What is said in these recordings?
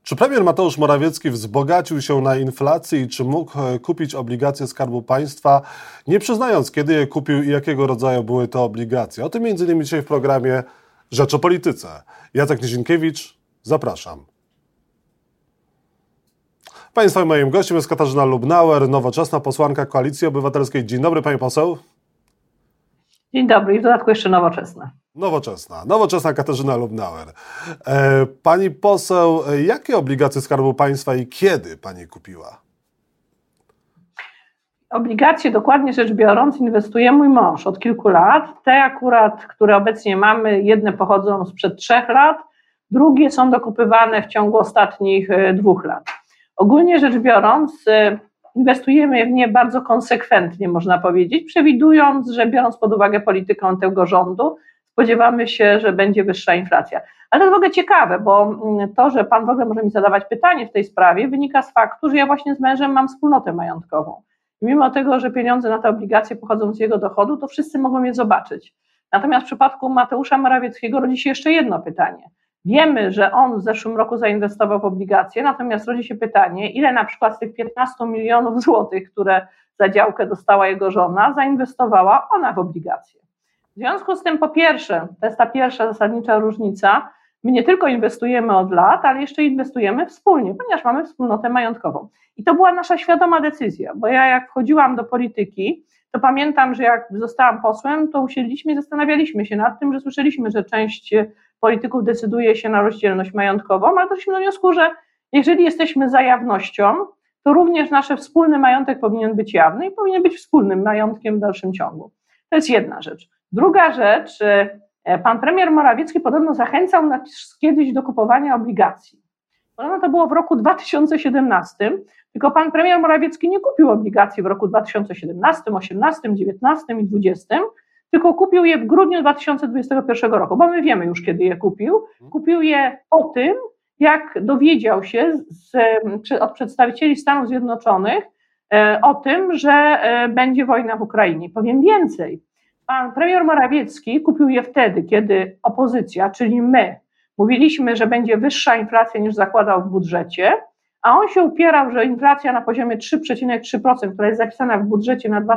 Czy premier Mateusz Morawiecki wzbogacił się na inflacji i czy mógł kupić obligacje Skarbu Państwa, nie przyznając, kiedy je kupił i jakiego rodzaju były to obligacje? O tym m.in. dzisiaj w programie Rzecz o Polityce. Jacek Nizinkiewicz, zapraszam. Państwa i moim gościem jest Katarzyna Lubnauer, nowoczesna posłanka Koalicji Obywatelskiej. Dzień dobry, pani poseł. Dzień dobry i w dodatku jeszcze nowoczesna. Nowoczesna Katarzyna Lubnauer. Pani poseł, jakie obligacje Skarbu Państwa i kiedy pani kupiła? Obligacje, dokładnie rzecz biorąc, inwestuje mój mąż od kilku lat. Te akurat, które obecnie mamy, jedne pochodzą sprzed 3 lat, drugie są dokupywane w ciągu ostatnich 2 lat. Ogólnie rzecz biorąc, inwestujemy w nie bardzo konsekwentnie, można powiedzieć, przewidując, że biorąc pod uwagę politykę tego rządu, spodziewamy się, że będzie wyższa inflacja. Ale to jest w ogóle ciekawe, bo to, że pan w ogóle może mi zadawać pytanie w tej sprawie, wynika z faktu, że ja właśnie z mężem mam wspólnotę majątkową. Mimo tego, że pieniądze na te obligacje pochodzą z jego dochodu, to wszyscy mogą je zobaczyć. Natomiast w przypadku Mateusza Morawieckiego rodzi się jeszcze jedno pytanie. Wiemy, że on w zeszłym roku zainwestował w obligacje, natomiast rodzi się pytanie, ile na przykład z tych 15 milionów złotych, które za działkę dostała jego żona, zainwestowała ona w obligacje. W związku z tym, po pierwsze, to jest ta pierwsza zasadnicza różnica, my nie tylko inwestujemy od lat, ale jeszcze inwestujemy wspólnie, ponieważ mamy wspólnotę majątkową. I to była nasza świadoma decyzja, bo ja jak wchodziłam do polityki, to pamiętam, że jak zostałam posłem, to usiedliśmy i zastanawialiśmy się nad tym, że słyszeliśmy, że część polityków decyduje się na rozdzielność majątkową, ale doszliśmy do wniosku, że jeżeli jesteśmy za jawnością, to również nasz wspólny majątek powinien być jawny i powinien być wspólnym majątkiem w dalszym ciągu. To jest jedna rzecz. Druga rzecz, pan premier Morawiecki podobno zachęcał nas kiedyś do kupowania obligacji. Podobno to było w roku 2017, tylko pan premier Morawiecki nie kupił obligacji w roku 2017, 2018, 2019 i 2020, tylko kupił je w grudniu 2021 roku, bo my wiemy już, kiedy je kupił. Kupił je po tym, jak dowiedział się od przedstawicieli Stanów Zjednoczonych o tym, że będzie wojna w Ukrainie. Powiem więcej, pan premier Morawiecki kupił je wtedy, kiedy opozycja, czyli my, mówiliśmy, że będzie wyższa inflacja niż zakładał w budżecie, a on się upierał, że inflacja na poziomie 3,3%, która jest zapisana w budżecie na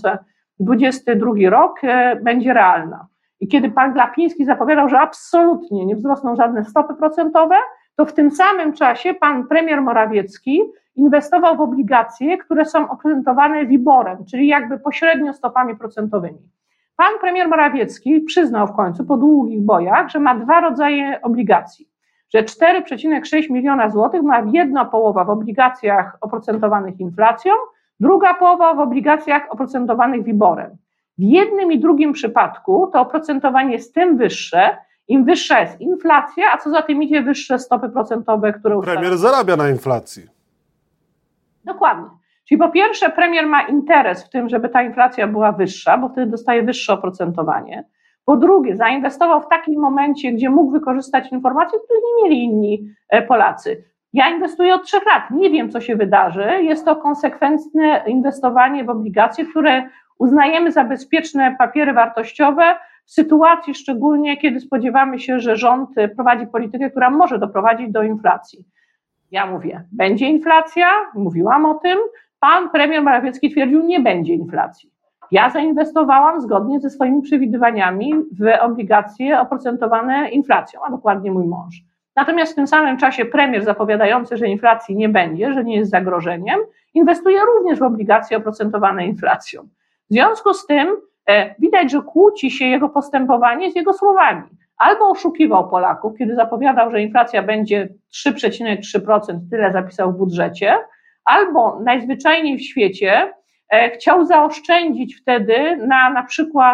2022 rok, będzie realna. I kiedy pan Glapiński zapowiadał, że absolutnie nie wzrosną żadne stopy procentowe, to w tym samym czasie pan premier Morawiecki inwestował w obligacje, które są oprocentowane WIBOR-em, czyli jakby pośrednio stopami procentowymi. Pan premier Morawiecki przyznał w końcu po długich bojach, że ma 2 rodzaje obligacji, że 4,6 miliona złotych ma jedna połowa w obligacjach oprocentowanych inflacją, druga połowa w obligacjach oprocentowanych WIBOR-em. W jednym i drugim przypadku to oprocentowanie jest tym wyższe, im wyższa jest inflacja, a co za tym idzie wyższe stopy procentowe, które ustala. Premier zarabia na inflacji. Dokładnie. Czyli po pierwsze premier ma interes w tym, żeby ta inflacja była wyższa, bo wtedy dostaje wyższe oprocentowanie. Po drugie, zainwestował w takim momencie, gdzie mógł wykorzystać informacje, których nie mieli inni Polacy. Ja inwestuję od 3 lat, nie wiem, co się wydarzy. Jest to konsekwentne inwestowanie w obligacje, które uznajemy za bezpieczne papiery wartościowe w sytuacji szczególnie, kiedy spodziewamy się, że rząd prowadzi politykę, która może doprowadzić do inflacji. Ja mówię, będzie inflacja, mówiłam o tym, pan premier Morawiecki twierdził, nie będzie inflacji. Ja zainwestowałam zgodnie ze swoimi przewidywaniami w obligacje oprocentowane inflacją, a dokładnie mój mąż. Natomiast w tym samym czasie premier zapowiadający, że inflacji nie będzie, że nie jest zagrożeniem, inwestuje również w obligacje oprocentowane inflacją. W związku z tym widać, że kłóci się jego postępowanie z jego słowami. Albo oszukiwał Polaków, kiedy zapowiadał, że inflacja będzie 3,3%, tyle zapisał w budżecie, albo najzwyczajniej w świecie chciał zaoszczędzić wtedy na przykład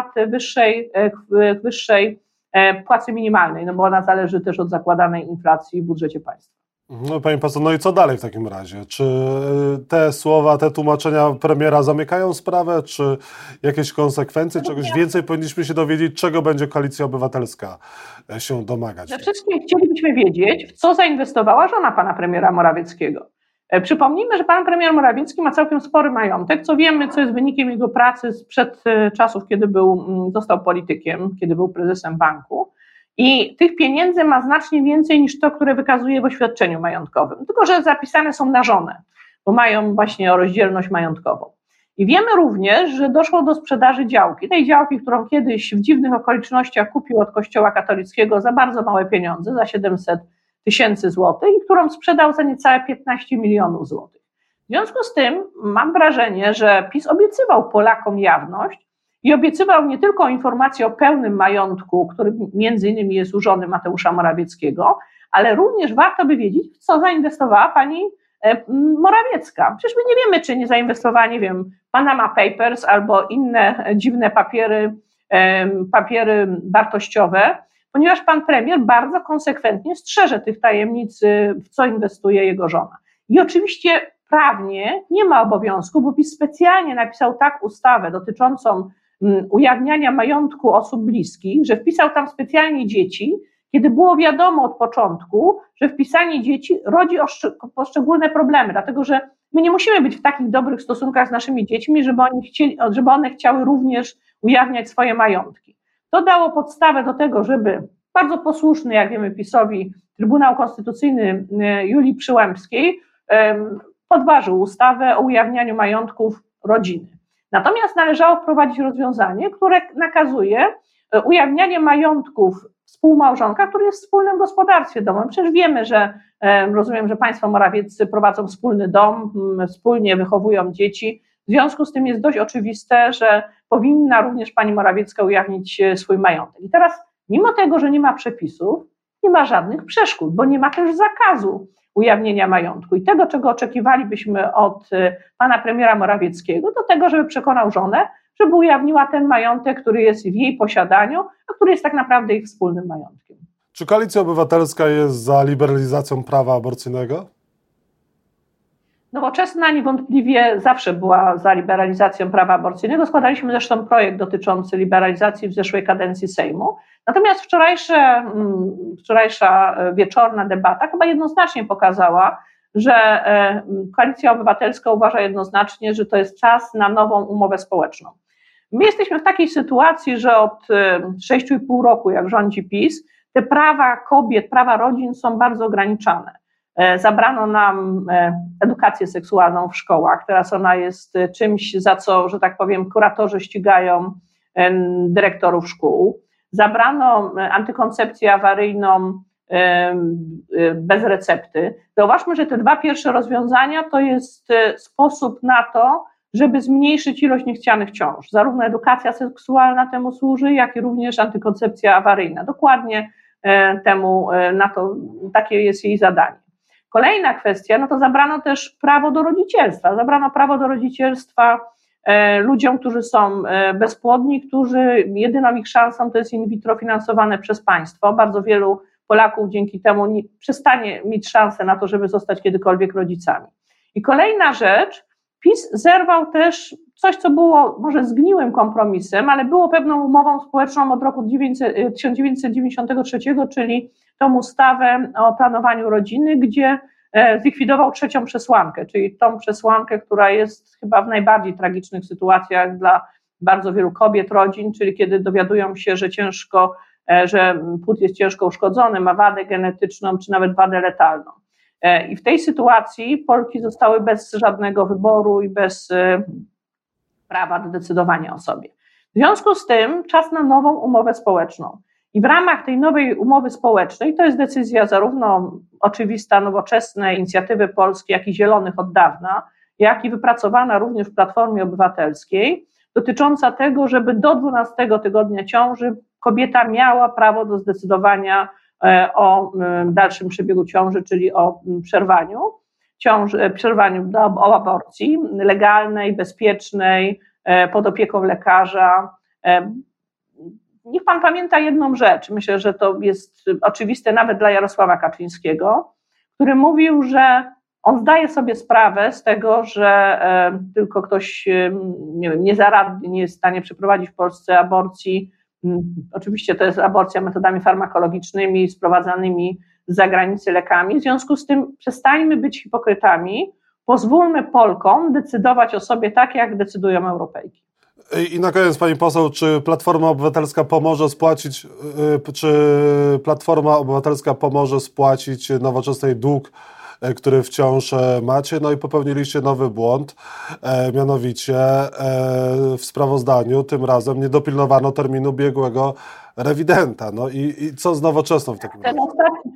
wyższej płacy minimalnej, no bo ona zależy też od zakładanej inflacji w budżecie państwa. No, pani poseł, no i co dalej w takim razie? Czy te słowa, te tłumaczenia premiera zamykają sprawę, czy jakieś konsekwencje, czegoś więcej powinniśmy się dowiedzieć, czego będzie Koalicja Obywatelska się domagać? Przede wszystkim chcielibyśmy wiedzieć, w co zainwestowała żona pana premiera Morawieckiego. Przypomnijmy, że pan premier Morawiecki ma całkiem spory majątek, co wiemy, co jest wynikiem jego pracy sprzed czasów, kiedy został politykiem, kiedy był prezesem banku. I tych pieniędzy ma znacznie więcej niż to, które wykazuje w oświadczeniu majątkowym, tylko że zapisane są na żonę, bo mają właśnie o rozdzielność majątkową. I wiemy również, że doszło do sprzedaży działki, tej działki, którą kiedyś w dziwnych okolicznościach kupił od Kościoła katolickiego za bardzo małe pieniądze, za 700 000 złotych, i którą sprzedał za niecałe 15 milionów złotych. W związku z tym mam wrażenie, że PiS obiecywał Polakom jawność i obiecywał nie tylko informację o pełnym majątku, który między innymi jest u żony Mateusza Morawieckiego, ale również warto by wiedzieć, w co zainwestowała pani Morawiecka. Przecież my nie wiemy, czy nie zainwestowała, nie wiem, Panama Papers albo inne dziwne papiery wartościowe, ponieważ pan premier bardzo konsekwentnie strzeże tych tajemnic, w co inwestuje jego żona. I oczywiście prawnie nie ma obowiązku, bo PiS specjalnie napisał tak ustawę dotyczącą ujawniania majątku osób bliskich, że wpisał tam specjalnie dzieci, kiedy było wiadomo od początku, że wpisanie dzieci rodzi poszczególne problemy, dlatego że my nie musimy być w takich dobrych stosunkach z naszymi dziećmi, żeby one chciały również ujawniać swoje majątki. To dało podstawę do tego, żeby bardzo posłuszny, jak wiemy, PiS-owi Trybunał Konstytucyjny Julii Przyłębskiej podważył ustawę o ujawnianiu majątków rodziny. Natomiast należało wprowadzić rozwiązanie, które nakazuje ujawnianie majątków współmałżonka, który jest w wspólnym gospodarstwie domowym. Przecież wiemy, że rozumiem, że państwo Morawieccy prowadzą wspólny dom, wspólnie wychowują dzieci. W związku z tym jest dość oczywiste, że powinna również pani Morawiecka ujawnić swój majątek. I teraz, mimo tego, że nie ma przepisów, nie ma żadnych przeszkód, bo nie ma też zakazu ujawnienia majątku. I tego, czego oczekiwalibyśmy od pana premiera Morawieckiego, do tego, żeby przekonał żonę, żeby ujawniła ten majątek, który jest w jej posiadaniu, a który jest tak naprawdę ich wspólnym majątkiem. Czy Koalicja Obywatelska jest za liberalizacją prawa aborcyjnego? Nowoczesna niewątpliwie zawsze była za liberalizacją prawa aborcyjnego. Składaliśmy zresztą projekt dotyczący liberalizacji w zeszłej kadencji Sejmu. Natomiast wczorajsza wieczorna debata chyba jednoznacznie pokazała, że Koalicja Obywatelska uważa jednoznacznie, że to jest czas na nową umowę społeczną. My jesteśmy w takiej sytuacji, że od 6,5 roku, jak rządzi PiS, te prawa kobiet, prawa rodzin są bardzo ograniczane. Zabrano nam edukację seksualną w szkołach, teraz ona jest czymś, za co, że tak powiem, kuratorzy ścigają dyrektorów szkół. Zabrano antykoncepcję awaryjną bez recepty. Zauważmy, że te dwa pierwsze rozwiązania to jest sposób na to, żeby zmniejszyć ilość niechcianych ciąż. Zarówno edukacja seksualna temu służy, jak i również antykoncepcja awaryjna. Dokładnie takie jest jej zadanie. Kolejna kwestia, no to zabrano też prawo do rodzicielstwa. Zabrano prawo do rodzicielstwa ludziom, którzy są bezpłodni, którzy jedyną ich szansą to jest in vitro finansowane przez państwo. Bardzo wielu Polaków dzięki temu przestanie mieć szansę na to, żeby zostać kiedykolwiek rodzicami. I kolejna rzecz, PiS zerwał też coś, co było może zgniłym kompromisem, ale było pewną umową społeczną od roku 1993, czyli tą ustawę o planowaniu rodziny, gdzie zlikwidował trzecią przesłankę, czyli tą przesłankę, która jest chyba w najbardziej tragicznych sytuacjach dla bardzo wielu kobiet, rodzin, czyli kiedy dowiadują się, że płód jest ciężko uszkodzony, ma wadę genetyczną, czy nawet wadę letalną. I w tej sytuacji Polki zostały bez żadnego wyboru i bez prawa do decydowania o sobie. W związku z tym czas na nową umowę społeczną. I w ramach tej nowej umowy społecznej, to jest decyzja zarówno oczywista, nowoczesnej inicjatywy polskiej, jak i Zielonych od dawna, jak i wypracowana również w Platformie Obywatelskiej, dotycząca tego, żeby do 12 tygodnia ciąży kobieta miała prawo do zdecydowania o dalszym przebiegu ciąży, czyli o przerwaniu o aborcji legalnej, bezpiecznej, pod opieką lekarza. Niech pan pamięta jedną rzecz, myślę, że to jest oczywiste nawet dla Jarosława Kaczyńskiego, który mówił, że on zdaje sobie sprawę z tego, że tylko ktoś niezaradny nie jest w stanie przeprowadzić w Polsce aborcji. Oczywiście to jest aborcja metodami farmakologicznymi, sprowadzanymi z zagranicy lekami. W związku z tym przestańmy być hipokrytami, pozwólmy Polkom decydować o sobie tak, jak decydują Europejki. I na koniec, pani poseł, czy Platforma Obywatelska pomoże spłacić Nowoczesnej dług, który wciąż macie? No i popełniliście nowy błąd, mianowicie w sprawozdaniu tym razem nie dopilnowano terminu biegłego rewidenta. No i co z Nowoczesną w takim razie?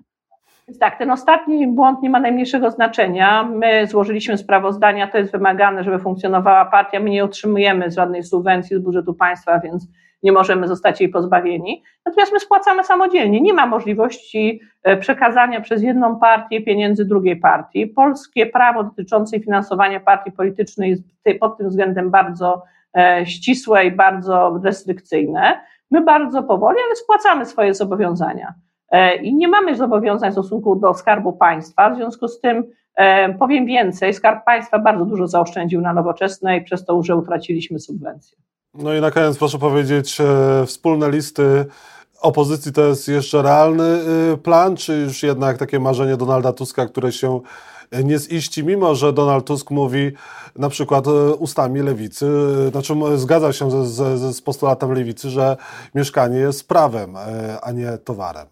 Ten ostatni błąd nie ma najmniejszego znaczenia. My złożyliśmy sprawozdania, to jest wymagane, żeby funkcjonowała partia. My nie otrzymujemy żadnej subwencji z budżetu państwa, więc nie możemy zostać jej pozbawieni. Natomiast my spłacamy samodzielnie. Nie ma możliwości przekazania przez jedną partię pieniędzy drugiej partii. Polskie prawo dotyczące finansowania partii politycznej jest pod tym względem bardzo ścisłe i bardzo restrykcyjne. My bardzo powoli, ale spłacamy swoje zobowiązania. I nie mamy zobowiązań w stosunku do Skarbu Państwa, w związku z tym powiem więcej, Skarb Państwa bardzo dużo zaoszczędził na Nowoczesnej przez to, że utraciliśmy subwencję. No i na koniec proszę powiedzieć, wspólne listy opozycji to jest jeszcze realny plan, czy już jednak takie marzenie Donalda Tuska, które się nie ziści, mimo że Donald Tusk mówi na przykład ustami lewicy, znaczy zgadza się z postulatem lewicy, że mieszkanie jest prawem, a nie towarem.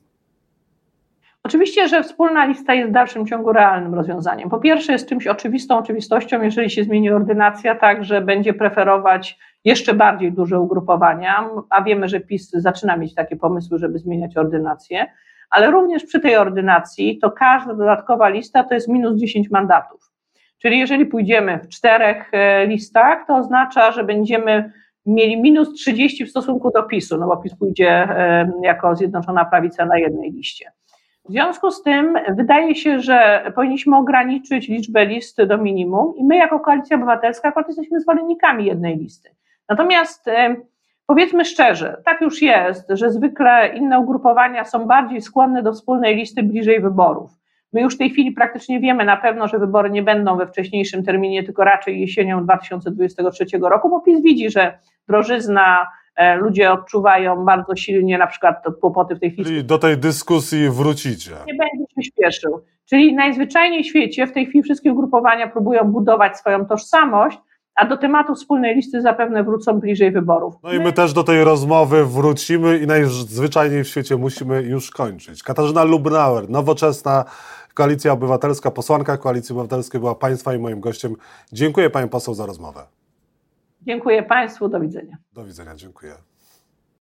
Oczywiście, że wspólna lista jest w dalszym ciągu realnym rozwiązaniem. Po pierwsze jest czymś oczywistością, jeżeli się zmieni ordynacja, tak, że będzie preferować jeszcze bardziej duże ugrupowania, a wiemy, że PiS zaczyna mieć takie pomysły, żeby zmieniać ordynację, ale również przy tej ordynacji to każda dodatkowa lista to jest minus 10 mandatów. Czyli jeżeli pójdziemy w 4 listach, to oznacza, że będziemy mieli minus 30 w stosunku do PiS-u, no bo PiS pójdzie jako Zjednoczona Prawica na jednej liście. W związku z tym wydaje się, że powinniśmy ograniczyć liczbę list do minimum i my jako Koalicja Obywatelska akurat jesteśmy zwolennikami jednej listy. Natomiast powiedzmy szczerze, tak już jest, że zwykle inne ugrupowania są bardziej skłonne do wspólnej listy bliżej wyborów. My już w tej chwili praktycznie wiemy na pewno, że wybory nie będą we wcześniejszym terminie, tylko raczej jesienią 2023 roku, bo PiS widzi, że drożyzna, ludzie odczuwają bardzo silnie na przykład kłopoty w tej chwili. Czyli do tej dyskusji wrócicie. Nie będzie się śpieszył. Czyli najzwyczajniej w świecie w tej chwili wszystkie ugrupowania próbują budować swoją tożsamość, a do tematu wspólnej listy zapewne wrócą bliżej wyborów. No i my też do tej rozmowy wrócimy i najzwyczajniej w świecie musimy już kończyć. Katarzyna Lubnauer, Nowoczesna, Koalicja Obywatelska, posłanka Koalicji Obywatelskiej była Państwa i moim gościem. Dziękuję Pani poseł za rozmowę. Dziękuję Państwu, do widzenia. Do widzenia, dziękuję.